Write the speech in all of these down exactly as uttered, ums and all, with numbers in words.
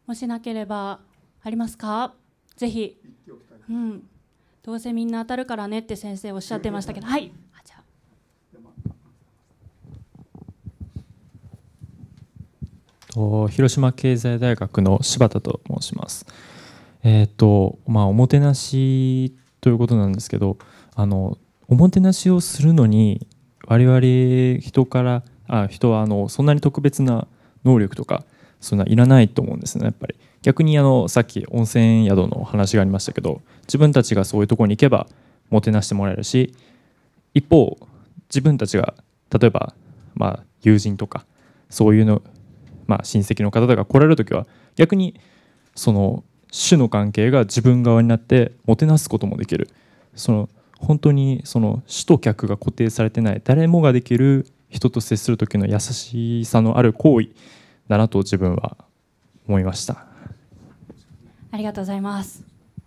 もしなければありますか？ぜひ、うん、どうせみんな当たるからねって先生おっしゃってましたけど、はい。じゃあと広島経済大学の柴田と申します。えーとまあ、おもてなしということなんですけど、あのおもてなしをするのに我々人からあ人はあのそんなに特別な能力とかそんないらないと思うんですね。やっぱり逆にあのさっき温泉宿の話がありましたけど、自分たちがそういうところに行けばもてなしてもらえるし、一方自分たちが例えば、まあ、友人とかそういうの、まあ、親戚の方とか来られるときは逆にその主の関係が自分側になってもてなすこともできる。その本当にその主と客が固定されてない誰もができる人と接する時の優しさのある行為だなと自分は思いました。 ありがとうございます。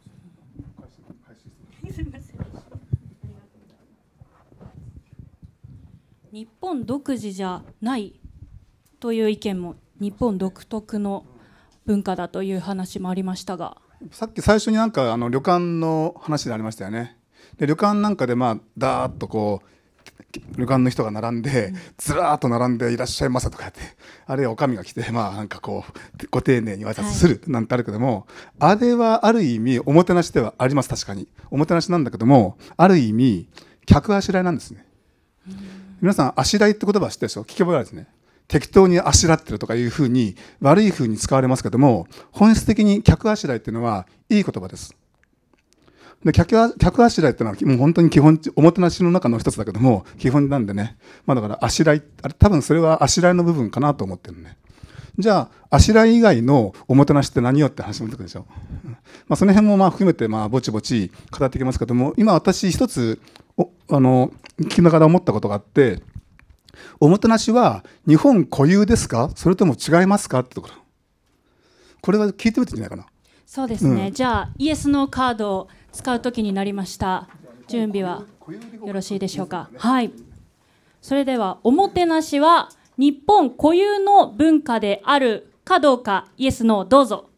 日本独自じゃないという意見も日本独特の文化だという話もありましたが、 さっき最初になんかあの旅館の話でありましたよね。で旅館なんかでまあダーッとこう旅館の人が並んでずらーっと並んでいらっしゃいませとかやって、あるいはおかみが来てまあなんかこうご丁寧に挨拶するなんてあるけども、はい、あれはある意味おもてなしではあります。確かにおもてなしなんだけども、ある意味客あしらいなんですね。皆さんあしらいって言葉は知ってるでしょ。聞けばいいですね。適当にあしらってるとかいうふうに悪いふうに使われますけども、本質的に客あしらいっていうのはいい言葉です。で 客, 客あしらいっていうのはもう本当に基本おもてなしの中の一つだけども基本なんでね、まあ、だからあしらいあれ多分それはあしらいの部分かなと思ってるね。じゃああしらい以外のおもてなしって何よって話も出てくるでしょ。まあその辺もまあ含めてまあぼちぼち語っていきますけども、今私一つおあの聞きながら思ったことがあって、おもてなしは日本固有ですか、それとも違いますかってところ、これは聞いてみていいんじゃないかな。 そうですね、 うん、 じゃあイエスノーカードを使う時になりました。準備はよろしいでしょうか。はい、それではおもてなしは日本固有の文化であるかどうか、イエスノーどうぞ。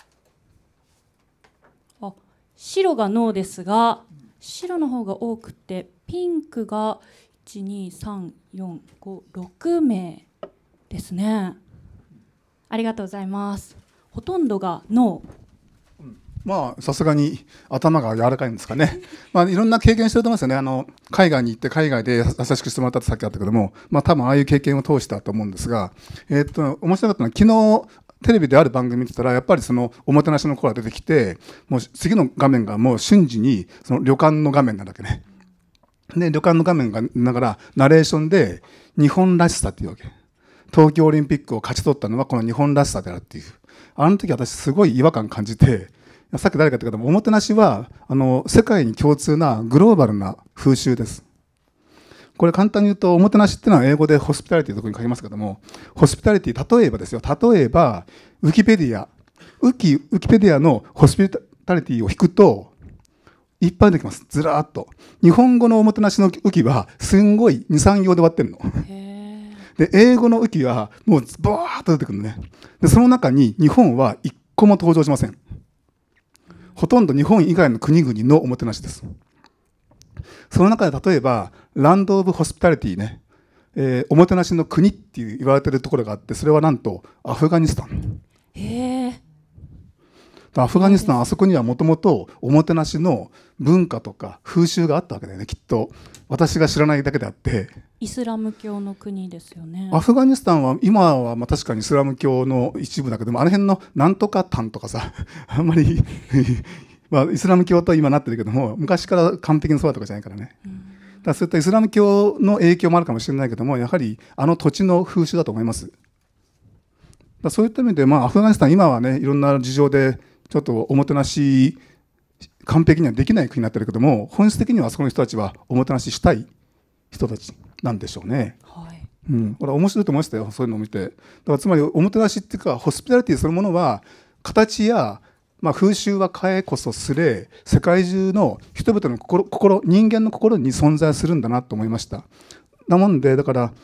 あ、白がノーですが白の方が多くてピンクがいちにさんよんごろくめいですね。ありがとうございます。ほとんどがノー。 まあさすがに頭が柔らかいんですかね。まあいろんな経験してると思いますよね。あの海外に行って海外で優しくしてもらったってさっきあったけども、まあ多分ああいう経験を通したと思うんですが、えー、っと面白かったのは昨日テレビである番組見てたらやっぱりそのおもてなしの子が出てきて、もう次の画面がもう瞬時にその旅館の画面なんだっけね。で旅館の画面がながらナレーションで日本らしさっていうわけ。東京オリンピックを勝ち取ったのはこの日本らしさであるっていう。あの時私すごい違和感感じて、さっき誰か言ったけども、おもてなしはあの世界に共通なグローバルな風習です。これ簡単に言うと、おもてなしっていうのは英語でホスピタリティというところに書きますけども、ホスピタリティ、例えばですよ、例えばウィキペディアウキウィキペディアのホスピタリティを引くといっぱい出てきます。ずらーっと。日本語のおもてなしのウキはすんごいに、さん行で終わってるの。で英語のウキはもうバーッと出てくるのね。でその中に日本は一個も登場しません。ほとんど日本以外の国々のおもてなしです。その中で例えばランド・オブ・ホスピタリティね、えー、おもてなしの国っていう言われているところがあって、それはなんとアフガニスタン。 へー。 アフガニスタン、あそこにはもともとおもてなしの文化とか風習があったわけだよね、きっと。私が知らないだけであって。 イスラム教の国ですよね。 アフガニスタンは今はまあ確かにイスラム教の一部だけども、あの辺のなんとかタンとかさあんまりまあイスラム教と今なってるけども、昔から完璧にそうだとかじゃないからね。うん、だからそういったイスラム教の影響もあるかもしれないけども、やはりあの土地の風習だと思います。だそういった意味で、まあ、アフガニスタン今はねいろんな事情でちょっとおもてなし完璧にはできない国になってるけども、本質的にはあそこの人たちはおもてなししたい人たちなんでしょうね。はい、うん、これ面白いと思いましたよ、そういうのを見て。だからつまりおもてなしっていうかホスピタリティそのものは形や、まあ、風習は変えこそすれ世界中の人々の心、心人間の心に存在するんだなと思いました。なもんでだから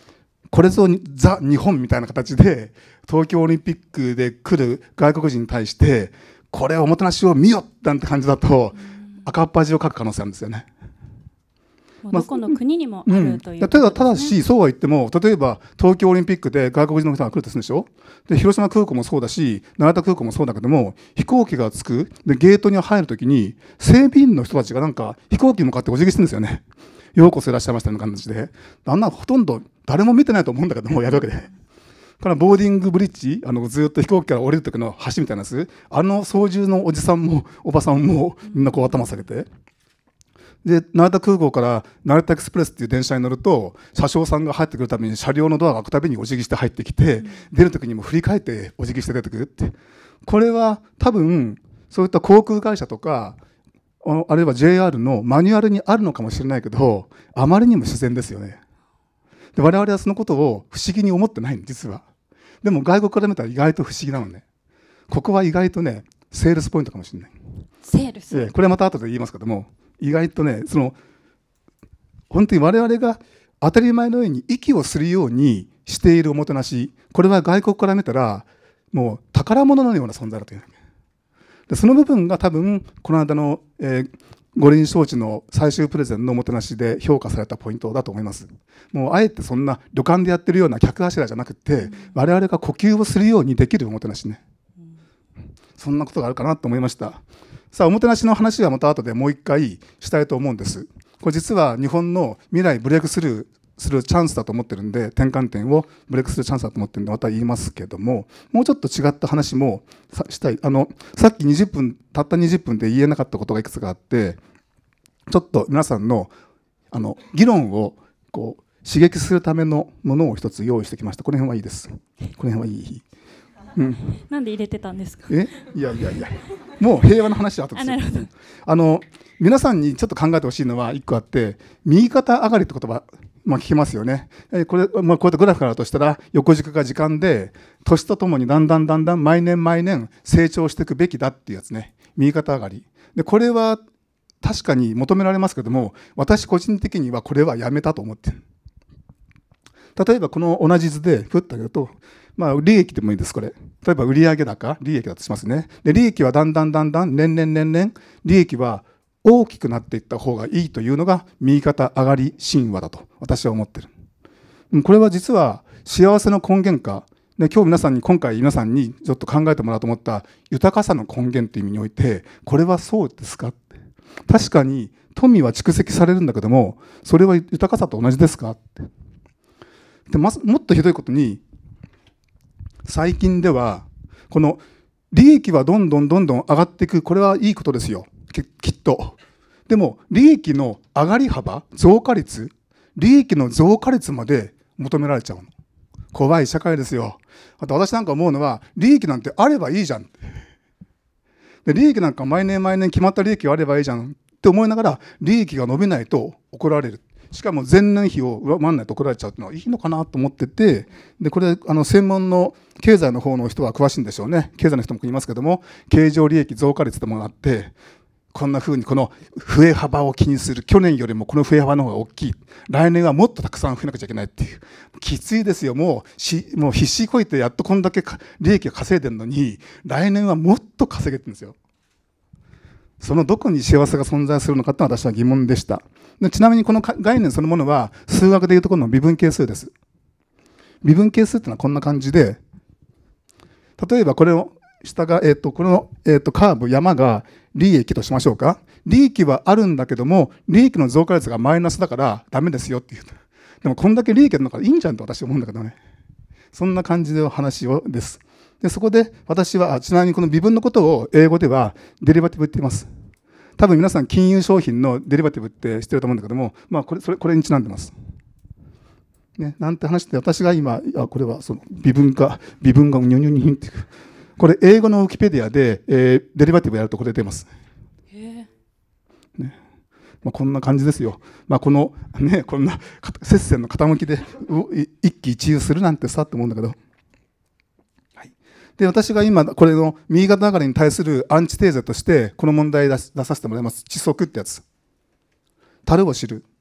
これぞザ・日本みたいな形で東京オリンピックで来る外国人に対してこれおもてなしを見よなんて感じだと赤っ恥をかく可能性あるんですよね。 もうどこの国にもあるという、 うん、ただただしそうは言っても例えば東京オリンピックで外国人の人が来るとするでしょ。で広島空港もそうだし成田空港もそうだけども飛行機が着くでゲートに入るときに整備員の人たちがなんか飛行機に向かってお辞儀してるんですよね。ようこそいらっしゃいましたみたいな感じであんなほとんど誰も見てないと思うんだけどもやるわけでからボーディングブリッジあのずっと飛行機から降りる時の橋みたいなやつあの操縦のおじさんもおばさんもみんなこう頭下げてで成田空港から成田エクスプレスっていう電車に乗ると車掌さんが入ってくるために車両のドアが開くたびにお辞儀して入ってきて、うん、出る時にも振り返ってお辞儀して出てくるってこれは多分そういった航空会社とかあるいは ジェイアール のマニュアルにあるのかもしれないけどあまりにも自然ですよね。で我々はそのことを不思議に思ってないん実は。でも外国から見たら意外と不思議なのね。ここは意外とねセールスポイントかもしれない。 セールス、 ええ、これはまた後で言いますけども意外とねその本当に我々が当たり前のように息をするようにしているおもてなしこれは外国から見たらもう宝物のような存在だというでその部分が多分この間の、えー、五輪招致の最終プレゼンのおもてなしで評価されたポイントだと思います。もうあえてそんな旅館でやってるような客柱じゃなくて、うん、我々が呼吸をするようにできるおもてなしね、うん、そんなことがあるかなと思いました。さあおもてなしの話はまた後でもう一回したいと思うんです。これ実は日本の未来ブレイクスルーするチャンスだと思ってるんで転換点をブレイクするチャンスだと思ってるんでまた言いますけどももうちょっと違った話もさしたい。あのさっきにじゅっぷんたったにじゅっぷんで言えなかったことがいくつかあってちょっと皆さんのあの議論をこう刺激するためのものを一つ用意してきました。この辺はいいです。この辺はいい。 うん、なんで入れてたんですか。 えいやいやいやもう平和の話は後ですよ。 あ, あの皆さんにちょっと考えてほしいのは一個あって右肩上がりって言葉まあ、聞きますよね。これ、まあ、こうやってグラフからとしたら横軸が時間で年とともにだんだんだんだん毎年毎年成長していくべきだっていうやつね右肩上がりでこれは確かに求められますけども私個人的にはこれはやめたと思ってる。例えばこの同じ図でふっと上げると、まあ、利益でもいいです。これ例えば売上高利益だとしますね。で利益はだんだんだんだん年々年々利益は大きくなっていった方がいいというのが右肩上がり神話だと私は思ってる。これは実は幸せの根源か、で今日皆さんに今回皆さんにちょっと考えてもらおうと思った豊かさの根源という意味においてこれはそうですかって。確かに富は蓄積されるんだけどもそれは豊かさと同じですかって。でまもっとひどいことに最近ではこの利益はどんどんどんどん上がっていくこれはいいことですよきっと。でも利益の上がり幅増加率利益の増加率まで求められちゃうの怖い社会ですよ。あと私なんか思うのは利益なんてあればいいじゃんで利益なんか毎年毎年決まった利益があればいいじゃんって思いながら利益が伸びないと怒られる。しかも前年比を上回らないと怒られちゃうっていうのはいいのかなと思っててでこれあの専門の経済の方の人は詳しいんでしょうね。経済の人も言いますけども経常利益増加率ってものがあってこんな風にこの増え幅を気にする去年よりもこの増え幅の方が大きい来年はもっとたくさん増えなくちゃいけないっていうきついですよ。もうしもう必死こいてやっとこんだけ利益を稼いでるのに来年はもっと稼げてるんですよ。そのどこに幸せが存在するのかって私は疑問でした。でちなみにこの概念そのものは数学でいうところの微分係数です。微分係数ってのはこんな感じで例えばこれを下が、えー、とこの、えー、とカーブ山が利益としましょうか。利益はあるんだけども利益の増加率がマイナスだからダメですよっていう。でもこんだけ利益あるのからいいんじゃんと私は思うんだけどね。そんな感じの話をです。でそこで私はちなみにこの微分のことを英語ではデリバティブって言います。多分皆さん金融商品のデリバティブって知ってると思うんだけども、まあ、これそれこれにちなんでます。ね、なんて話して私が今あこれはその微分化微分がニョニョニョっていうこれ英語のウィキペディアで、えー、デリバティブやるとこれ出ます。ねまあ、こんな感じですよ。まあ、このねこんな接線の傾きで一喜一憂するなんてさって思うんだけど、はい、で私が今これの右肩上がりに対するアンチテーゼとしてこの問題出させてもらいます。知足ってやつ。樽を知る。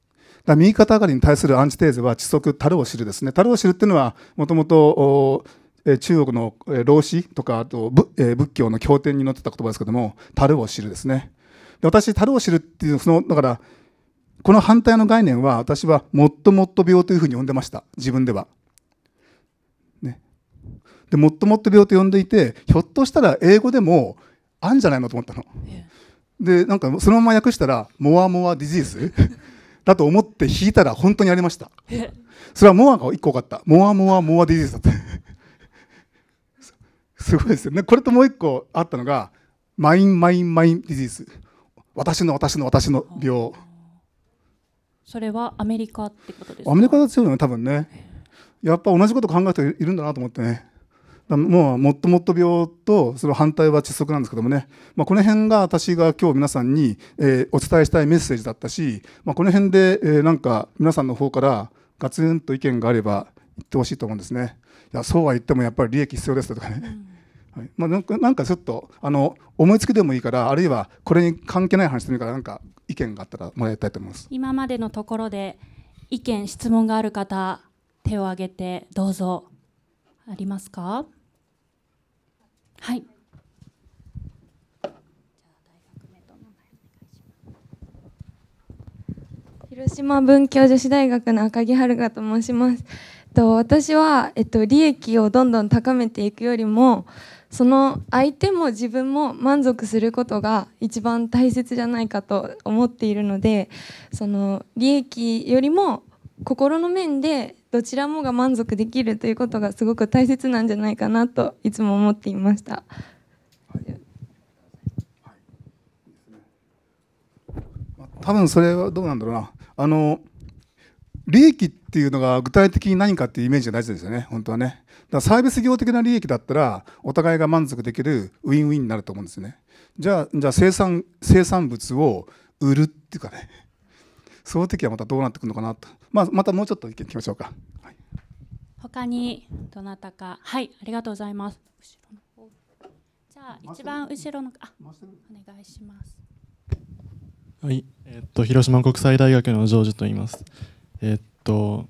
ら右肩上がりに対するアンチテーゼは知足、樽を知るですね。樽を知るっていうのはもともと中国の老子とかあと仏教の経典に載ってた言葉ですけども、樽を知るですね。で私、樽を知るっていう、そのだからこの反対の概念は私はもっともっと病というふうに呼んでました、自分では。ね、でもっともっと病と呼んでいて、ひょっとしたら英語でもあんじゃないのと思ったの。でなんかそのまま訳したらモアモアディジーズだと思って引いたら本当にありました。それはモアがいっこ多かった。モアモアモアディジーズだってすごいですよね。これともういっこあったのがマインマインマインディジーズ、私の私の私の病。 それはアメリカってことですか？ アメリカだと強いよね、多分ね。やっぱ同じこと考える人いるんだなと思ってね。もうもっともっと病とその反対は窒息なんですけどもね、まあ、この辺が私が今日皆さんに、えー、お伝えしたいメッセージだったし、まあ、この辺で、えー、なんか皆さんの方からガツンと意見があれば言ってほしいと思うんですね。いやそうは言ってもやっぱり利益必要ですとかね、うんはい、まあ、なんか、なんかちょっとあの思いつきでもいいから、あるいはこれに関係ない話でもいいから、なんか意見があったらもらいたいと思います。 今までのところで意見質問がある方、手を挙げてどうぞ。ありますか？はい。 広島文教女子大学の赤木遥と申します。と私は、えっと、利益をどんどん高めていくよりも、その相手も自分も満足することが一番大切じゃないかと思っているので、その利益よりも心の面でどちらもが満足できるということがすごく大切なんじゃないかなといつも思っていました。 多分それはどうなんだろうな。あの利益っていうのが具体的に何かっていうイメージが大事ですよね、本当はね。だからサービス業的な利益だったらお互いが満足できるウィンウィンになると思うんですよね。じゃあ、じゃあ生産、生産物を売るっていうかね、その時はまたどうなってくるのかなと、まあ、またもうちょっと意見聞きましょうか。はい、 他にどなたか。はい、ありがとうございます。後ろの方、じゃあ一番後ろの、あ、お願いします。 はい、えー、っと広島国際大学のジョージと言います。えー、っと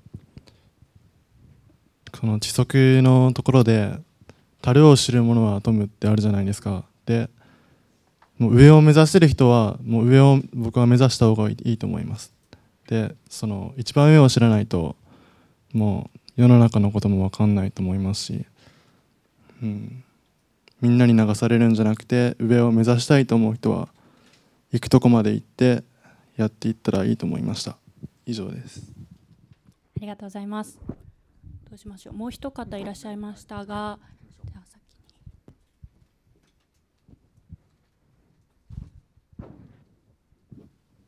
この知足のところで樽を知る者は富むってあるじゃないですか。でもう上を目指してる人はもう上を僕は目指した方がいいと思います。でその一番上を知らないともう世の中のことも分かんないと思いますし、うん、みんなに流されるんじゃなくて上を目指したいと思う人は行くとこまで行ってやっていったらいいと思いました。以上です。 ありがとうございます。どうしましょう。もう一方いらっしゃいましたが、じゃあ先に。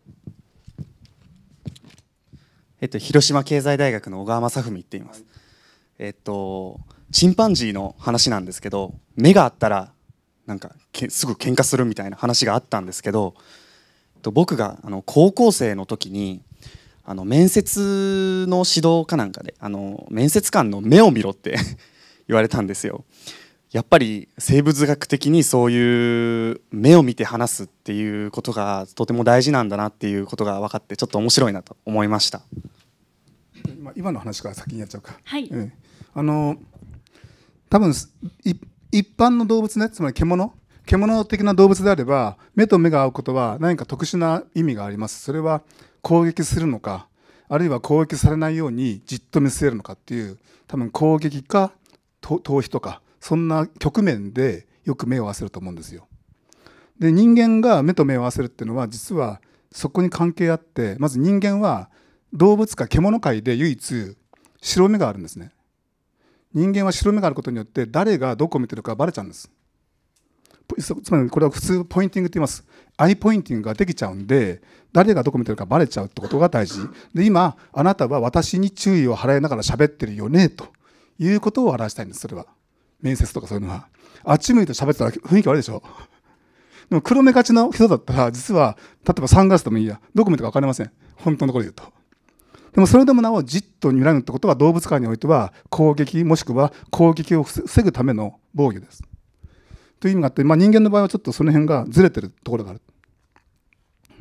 えっと広島経済大学の小川正文って言います。えっとチンパンジーの話なんですけど、目があったらなんかけすぐ喧嘩するみたいな話があったんですけど、僕があの高校生の時にあの面接の指導かなんかであの面接官の目を見ろって言われたんですよ。やっぱり生物学的にそういう目を見て話すっていうことがとても大事なんだなっていうことが分かって、ちょっと面白いなと思いました。 今の話から先にやっちゃうか。 はい、 ええ、あの多分一般の動物ね、つまり獣獣的な動物であれば目と目が合うことは何か特殊な意味があります。それは攻撃するのか、あるいは攻撃されないようにじっと見据えるのかっていう、多分攻撃か逃避とかそんな局面でよく目を合わせると思うんですよ。で人間が目と目を合わせるっていうのは実はそこに関係あって、まず人間は動物界獣界で唯一白目があるんですね。人間は白目があることによって誰がどこを見てるかバレちゃうんです。つまりこれは普通ポインティングって言います。アイポインティングができちゃうんで、誰がどこ見てるかバレちゃうってことが大事で、今あなたは私に注意を払いながら喋ってるよねということを表したいんです。それは面接とかそういうのはあっち向いて喋ってたら雰囲気悪いでしょ。でも黒目がちな人だったら実は例えばサングラスでもいいや、どこ見てるか分かりません、本当のところで言うと。でもそれでもなおじっと睨むってことは動物界においては攻撃もしくは攻撃を防ぐための防御ですという意味があって、まあ、人間の場合はちょっとその辺がずれてるところがある。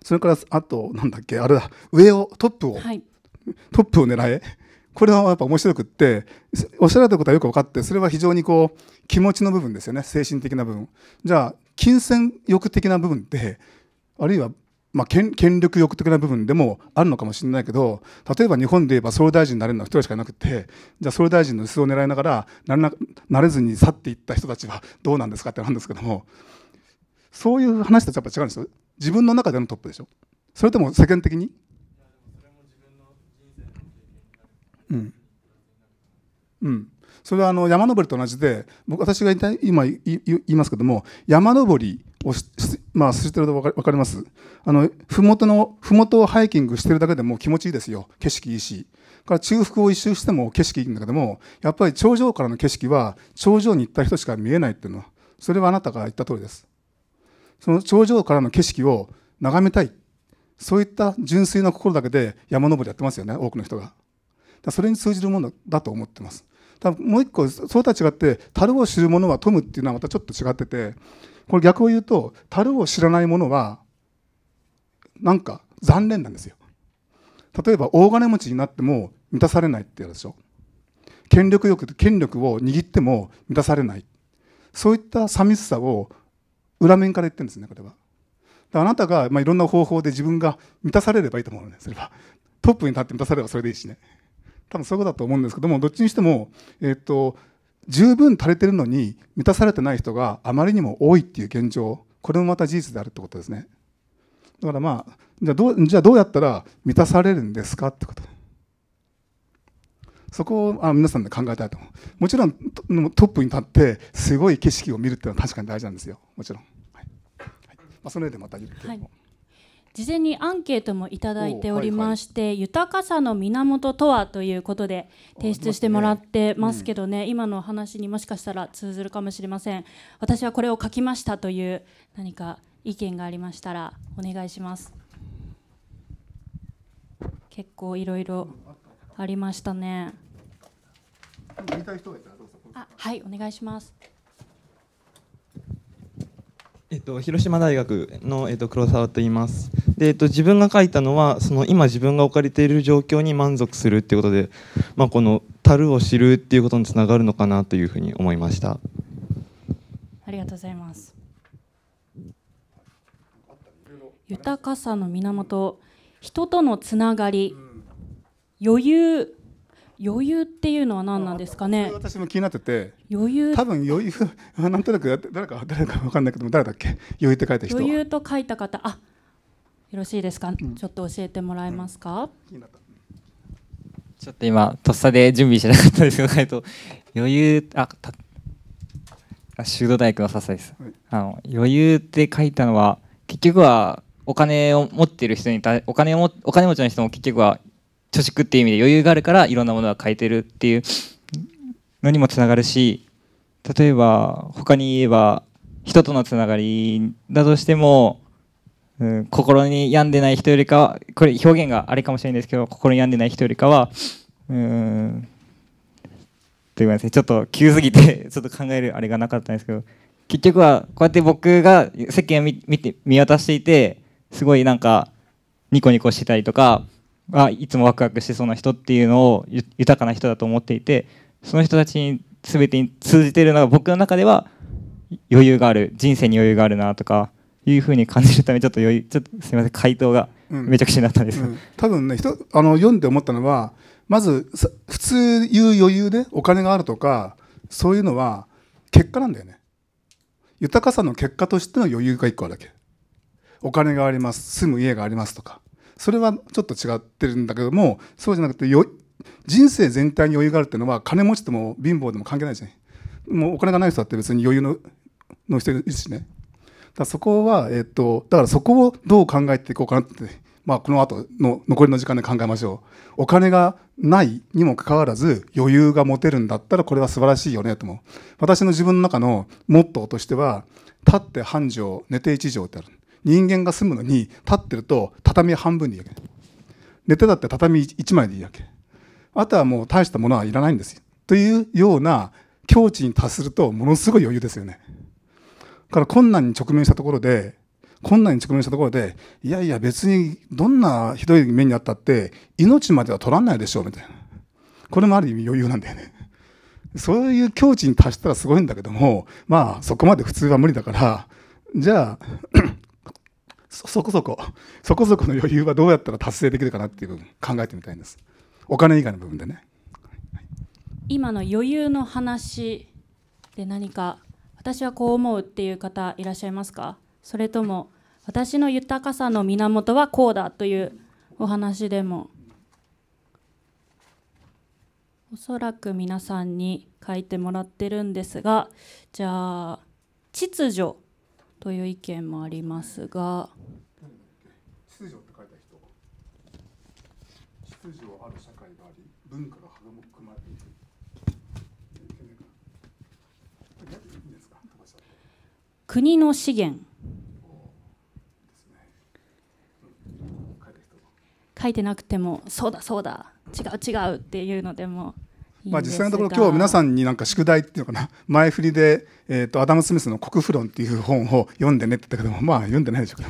それからあとなんだっけ、あれだ、上をトップを、 はい、 トップを狙え、これはやっぱ面白くって、おっしゃられたことはよく分かって、それは非常にこう気持ちの部分ですよね、精神的な部分。じゃあ金銭欲的な部分って、あるいはまあ権、権力欲的な部分でもあるのかもしれないけど、例えば日本で言えば総理大臣になれるのは一人しかいなくて、じゃあ総理大臣の椅子を狙いながらなれな、なれずに去っていった人たちはどうなんですかってなんですけども、そういう話とやっぱ違うんですよ。自分の中でのトップでしょ。それとも世間的に？うんうん、それはあの山登りと同じで、僕私が今言いますけども、山登りをし、まあ、してると分か分かります。あの麓の麓をハイキングしてるだけでも気持ちいいですよ。景色いいし、から中腹を一周しても景色いいんだけども、やっぱり頂上からの景色は頂上に行った人しか見えないっていうのは、それはあなたが言った通りです。その頂上からの景色を眺めたい、そういった純粋な心だけで山登りやってますよね、多くの人が。それに通じるものだと思ってます。ただもう一個、それとは違って、樽を知る者は富むっていうのはまたちょっと違ってて、これ逆を言うと、樽を知らない者はなんか残念なんですよ。例えば大金持ちになっても満たされないってやるでしょ。権力欲で権力を握っても満たされない、そういった寂しさを裏面から言ってるんですね、これは。だからあなたがまあいろんな方法で自分が満たされればいいと思うのね。それはトップに立って満たされればそれでいいしね。多分そういうことだと思うんですけども、どっちにしても、えー、と十分足りてるのに満たされてない人があまりにも多いっていう現状、これもまた事実であるってことですね。だからまあじゃあどう、じゃあどうやったら満たされるんですかってこと、そこをあ皆さんで考えたいと思う。もちろんトップに立ってすごい景色を見るっていうのは確かに大事なんですよ、もちろん。はいはい、まあ、その上でまた言っても、はい、 事前にアンケートもいただいておりまして、はいはい、豊かさの源とはということで提出してもらってますけどね、うん、今の話にもしかしたら通ずるかもしれません。私はこれを書きましたという何か意見がありましたらお願いします。結構いろいろありましたね。あ、はい、お願いします。 えっと、広島大学の、えっと、黒沢と言います。で、えっと、自分が書いたのはその今自分が置かれている状況に満足するっていうことで、まあ、この樽を知るっていうことにつながるのかなというふうに思いました。 ありがとうございます。豊かさの源、人とのつながり、余裕余裕っていうのは何なんですかね。 私も気になってて、 余裕、 多分余裕なんとなく誰か誰か分かんないけども、誰だっけ、余裕って書いた人。 余裕と書いた方、あ、よろしいですか、うん、ちょっと教えてもらえますか。 うん、ちょっと今とっさで準備しなかったですけど、えっと余裕、あ、たあ修道大学の笹です、はい、あの余裕って書いたのは結局はお金を持っている人に対お金をお金持ちの人も結局は貯蓄っていう意味で余裕があるからいろんなものが買えてるっていうのにもつながるし、例えば他に言えば人とのつながりだとしても、うん、心に病んでない人よりかは、これ表現があれかもしれないんですけど、心に病んでない人よりかは、うーんというかですね、ちょっと急すぎてちょっと考えるあれがなかったんですけど、結局はこうやって僕が世間を 見, 見, て見渡していて、すごいなんかニコニコしてたりとか、あいつもワクワクしてそうな人っていうのを豊かな人だと思っていて、その人たちに全てに通じているのが僕の中では余裕がある、人生に余裕があるなとかいうふうに感じるため、ちょっと余裕、ちょっとすみません、回答がめちゃくちゃになったんです、うんうん、 多分ね、人あの読んで思ったのは、まず普通言う余裕でお金があるとかそういうのは結果なんだよね。豊かさの結果としての余裕がいっこあるだけ。お金があります、住む家がありますとか、それはちょっと違ってるんだけども、そうじゃなくてよ人生全体に余裕があるっていうのは金持ちでも貧乏でも関係ないじゃない。もうお金がない人だって別に余裕 の, の人いるしね。だからそこは、えー、とだからそこをどう考えていこうかなって、まあ、この後の残りの時間で考えましょう。お金がないにもかかわらず余裕が持てるんだったらこれは素晴らしいよねと思う。私の自分の中のモットーとしては、立って半畳寝て一畳ってある。人間が住むのに立ってると畳半分でいいわけ。寝てだって畳一枚でいいわけ。あとはもう大したものはいらないんですよ。というような境地に達するとものすごい余裕ですよね。だから困難に直面したところで困難に直面したところで、いやいや別にどんなひどい目にあったって命までは取らないでしょうみたいな、これもある意味余裕なんだよね。そういう境地に達したらすごいんだけども、まあそこまで普通は無理だから、じゃあそ, そこそこそこそこの余裕はどうやったら達成できるかなっていう部分考えてみたいんです。お金以外の部分でね。 今の余裕の話で何か私はこう思うっていう方いらっしゃいますか？それとも私の豊かさの源はこうだというお話でも。おそらく皆さんに書いてもらってるんですが、じゃあ秩序という意見もありますが、 秩序って書いた人、秩序ある社会があり文化が育まれている。 国の資源、書いてなくてもそうだそうだ違う違うっていうのでもいいんですが、 まあ、実際のところ今日皆さんになんか宿題っていうのかな、前振りで、えー、とアダム・スミスの国富論っていう本を読んでねって言ったけども、まあ読んでないでしょうけど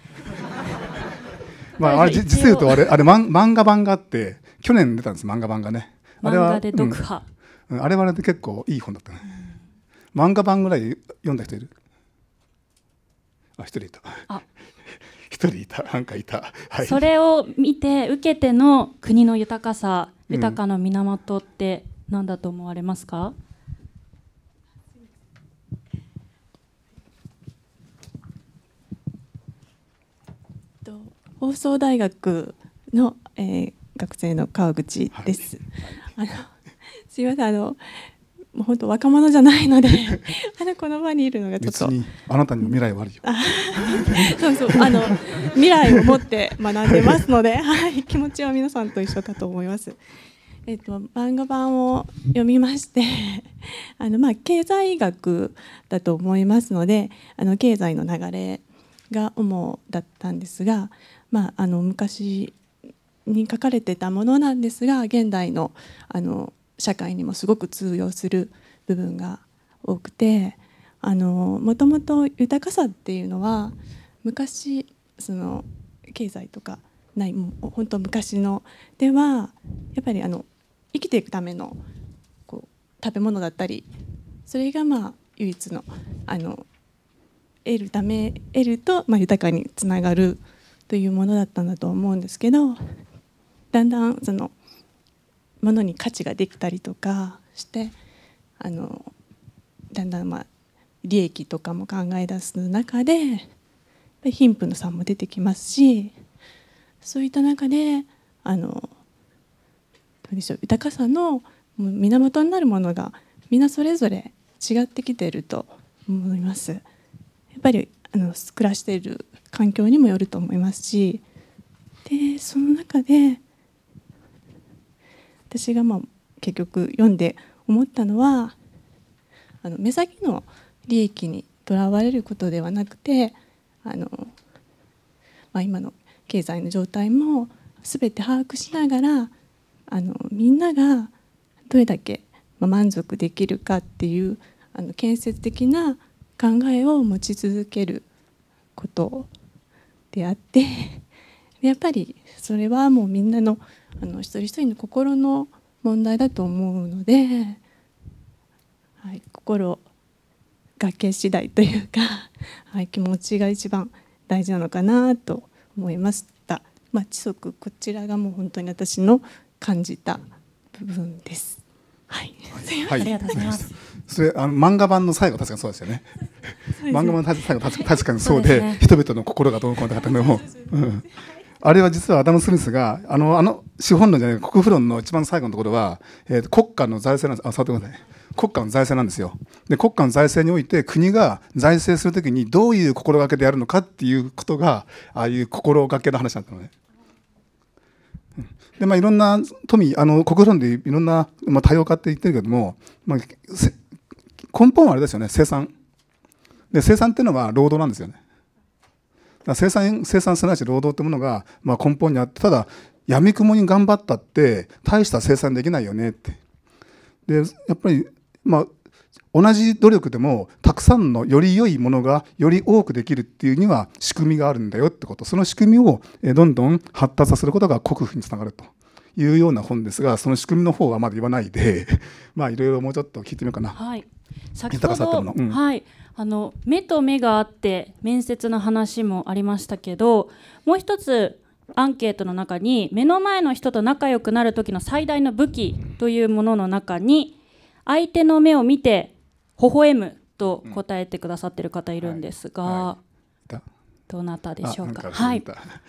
まああれ実言うとあれあれ漫画版があって去年出たんです、漫画版がね。あれは漫画で読破、 うん、あれはあれで結構いい本だったね、うん、漫画版ぐらい読んだ人いる？あ、一人いた。 あ一人いた、なんかいた、はい、 それを見て受けての国の豊かさ、豊かの源って何だと思われますか？ 放送大学の、えー、学生の川口です。はい、あのすいません、あのもう本当若者じゃないのであのこの場にいるのがちょっと、 別にあなたにも未来はあるよ。 そうそう、あの未来を持って学んでますので、はい、気持ちは皆さんと一緒かと思います。えっと、漫画版を読みましてあの、まあ、経済学だと思いますので、あの経済の流れが主だったんですが、まあ、あの昔に書かれてたものなんですが、現代の、あの社会にもすごく通用する部分が多くて、あのもともと豊かさっていうのは昔その経済とかない、もう本当昔のではやっぱりあの生きていくためのこう食べ物だったり、それがまあ唯一のあの得るため得ると、まあ、豊かにつながるというものだったんだと思うんですけど、だんだんそのものに価値ができたりとかして、あのだんだんまあ利益とかも考え出す中で貧富の差も出てきますし、そういった中であのどうでしょう、豊かさの源になるものがみんなそれぞれ違ってきていると思います。やっぱりあの暮らしている環境にもよると思いますし、でその中で私がまあ結局読んで思ったのは、あの目先の利益にとらわれることではなくて、あの、まあ、今の経済の状態も全て把握しながら、あのみんながどれだけ満足できるかっていうあの建設的な考えを持ち続けることであって、やっぱりそれはもうみんなのあの一人一人の心の問題だと思うので、はい、心がけ次第というか、はい、気持ちが一番大事なのかなと思いました。まあ、知足こちらがもう本当に私の感じた部分です。はい、 はい、ありがとうございます。 それあの漫画版の最後確かにそうですよね。漫画版の最後確か確かにそうで、ね、人々の心がどうこうなったのも、うん、あれは実はアダム・スミスがあのあの資本論じゃない国富論の一番最後のところは、えー、国家の財政なんです。あ、触ってください。国家の財政なんですよ。で国家の財政において国が財政するときにどういう心がけでやるのかっていうことがああいう心がけの話だったのね。でまあ、いろんな富あの国富論でいろんな、まあ、多様化って言ってるけども、まあ、根本はあれですよね、生産で生産っていうのは労働なんですよね。だから生産生産すなわち労働ってものが、まあ、根本にあって、ただやみくもに頑張ったって大した生産できないよねって。でやっぱり、まあ、同じ努力でもたくさんのより良いものがより多くできるっていうには仕組みがあるんだよってこと、その仕組みをどんどん発達させることが国富につながるというような本ですが、その仕組みの方はまだ言わないでまあいろいろもうちょっと聞いてみようかな。 はい、先ほど、 うん、 はい、あの目と目があって面接の話もありましたけど、もう一つアンケートの中に目の前の人と仲良くなる時の最大の武器というものの中に、相手の目を見て微笑むと答えてくださっている方いるんですが、うんはい、どなたでしょうか。はい、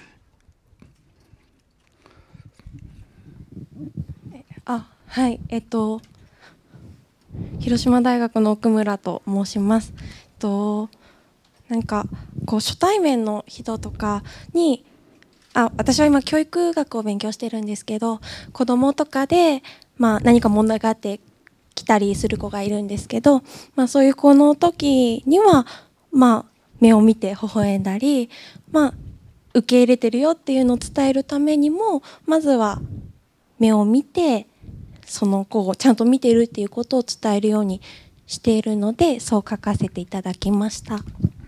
あ、はい、えっと広島大学の奥村と申します。えっとなんかこう初対面の人とかに、あ、私は今教育学を勉強してるんですけど、子供とかで、まあ、何か問題があって来たりする子がいるんですけど、まあ、そういう子の時には、まあ、目を見て微笑んだり、まあ、受け入れてるよっていうのを伝えるためにも、まずは目を見てその子をちゃんと見てるっていうことを伝えるようにしているので、そう書かせていただきました。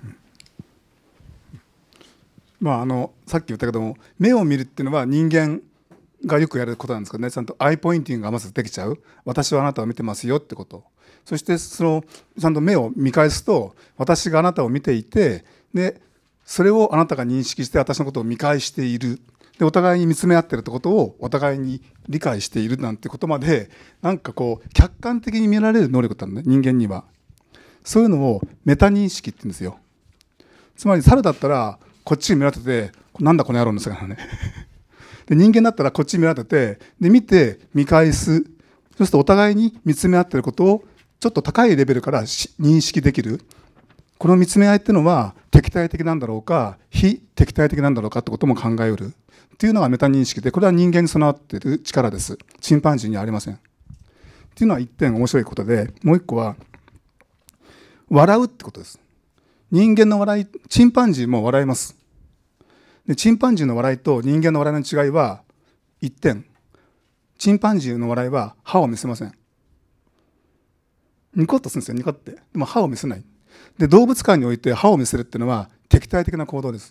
まあ、あのさっき言ったけども、目を見るっていうのは人間がよくやることなんですけどね、ちゃんとアイポインティングがまずできちゃう、私はあなたを見てますよってこと、そしてそのちゃんと目を見返すと、私があなたを見ていて、でそれをあなたが認識して私のことを見返している、でお互いに見つめ合ってるってことをお互いに理解しているなんてことまで、なんかこう客観的に見られる能力なんだね、人間には。そういうのをメタ認識って言うんですよ。つまり猿だったらこっちに見られてて、なんだこの野郎の姿ねで人間だったらこっちに見られてて、で見て見返す、そうするとお互いに見つめ合ってることをちょっと高いレベルから認識できる。この見つめ合いっていうのは敵対的なんだろうか非敵対的なんだろうかってことも考えうるっていうのがメタ認識で、これは人間に備わっている力です。チンパンジーにはありませんっていうのは一点面白いことで、もう一個は笑うってことです。人間の笑い、チンパンジーも笑います。でチンパンジーの笑いと人間の笑いの違いは一点、チンパンジーの笑いは歯を見せません。ニコッとするんですよ、ニコって。でも歯を見せない。で動物界において歯を見せるっていうのは敵対的な行動です。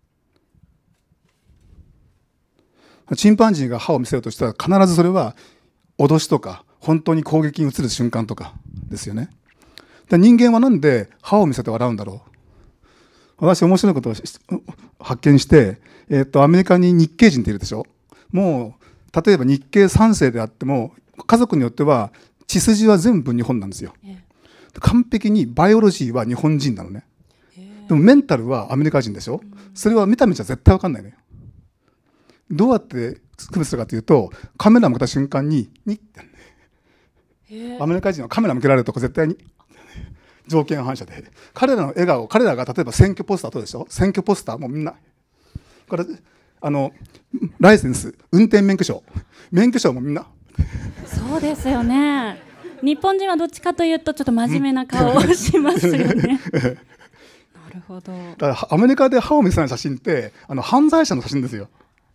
チンパンジーが歯を見せようとしたら必ずそれは脅しとか本当に攻撃に移る瞬間とかですよね。で人間はなんで歯を見せて笑うんだろう。私面白いことを発見して、えー、とアメリカに日系人っているでしょ。もう例えば日系さん世であっても家族によっては血筋は全部日本なんですよ。完璧にバイオロジーは日本人なのね。でもメンタルはアメリカ人でしょ。それは見た目じゃ絶対分かんないのよ。どうやって区別するかというと、カメラ向けた瞬間ににってアメリカ人はカメラ向けられるとこ絶対に条件反射で、彼らの笑顔、彼らが例えば選挙ポスターとでしょ。選挙ポスターもみんなこれあのライセンス、運転免許証、免許証もみんなそうですよね。日本人はどっちかというとちょっと真面目な顔をしますよねなるほど。 だからアメリカで歯を見せない写真ってあの犯罪者の写真ですよ。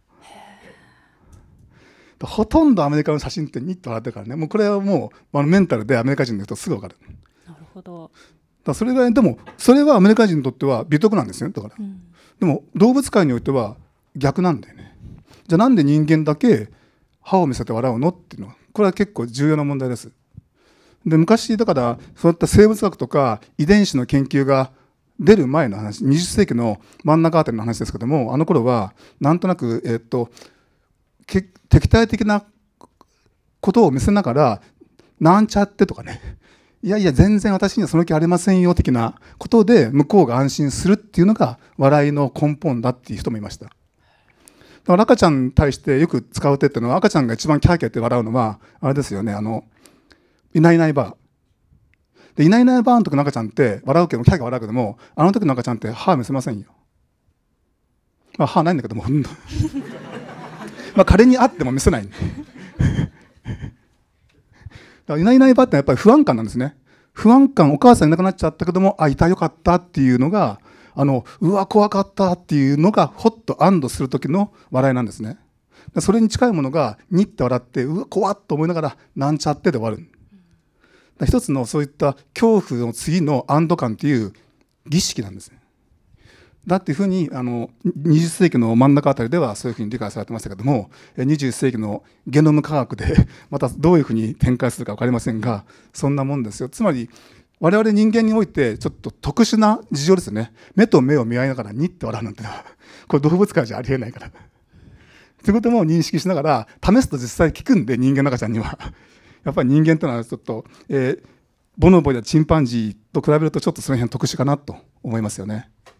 ほとんどアメリカの写真ってニッと笑ってるからね。もうこれはもうあのメンタルでアメリカ人の人すぐ分かる。 なるほど。 だそれぐらいでもそれはアメリカ人にとっては美徳なんですよね。だから、うん、でも動物界においては逆なんだよね。じゃあなんで人間だけ歯を見せて笑うのっていうのは、これは結構重要な問題です。で昔だからそういった生物学とか遺伝子の研究が出る前の話、にじゅっ世紀の真ん中あたりの話ですけども、あの頃はなんとなく、えー、っと敵対的なことを見せながらなんちゃってとかね、いやいや全然私にはその気ありませんよ的なことで向こうが安心するっていうのが笑いの根本だっていう人もいました。だから赤ちゃんに対してよく使う手っていうのは、赤ちゃんが一番キャーキャーって笑うのはあれですよね、あのいないいないばあで、いないいないばあの時の赤ちゃんって笑うけどキャーキャー笑うけども、あの時の赤ちゃんって歯見せませんよ。まあ歯ないんだけどもまあ仮にあっても見せないだからいないいないばあってやっぱり不安感なんですね。不安感、お母さんいなくなっちゃったけども、あ、いたよかったっていうのが、あのうわ怖かったっていうのがほっと安堵する時の笑いなんですね。それに近いものがにって笑って、うわ怖っと思いながらなんちゃってで終わる。 ら一つのそういった恐怖の次の安堵感っていう儀式なんですね。だっていうふうにあのにじゅっ世紀の真ん中あたりではそういうふうに理解されてましたけども、にじゅういっ世紀のゲノム科学でまたどういうふうに展開するか分かりませんが、そんなもんですよ。つまり我々人間においてちょっと特殊な事情ですね。目と目を見合いながらにって笑うなんてのはこれ動物界じゃありえないからということも認識しながら試すと実際効くんで、人間の赤ちゃんにはやっぱり人間というのはちょっと、えー、ボノボやチンパンジーと比べるとちょっとその辺特殊かなと思いますよね。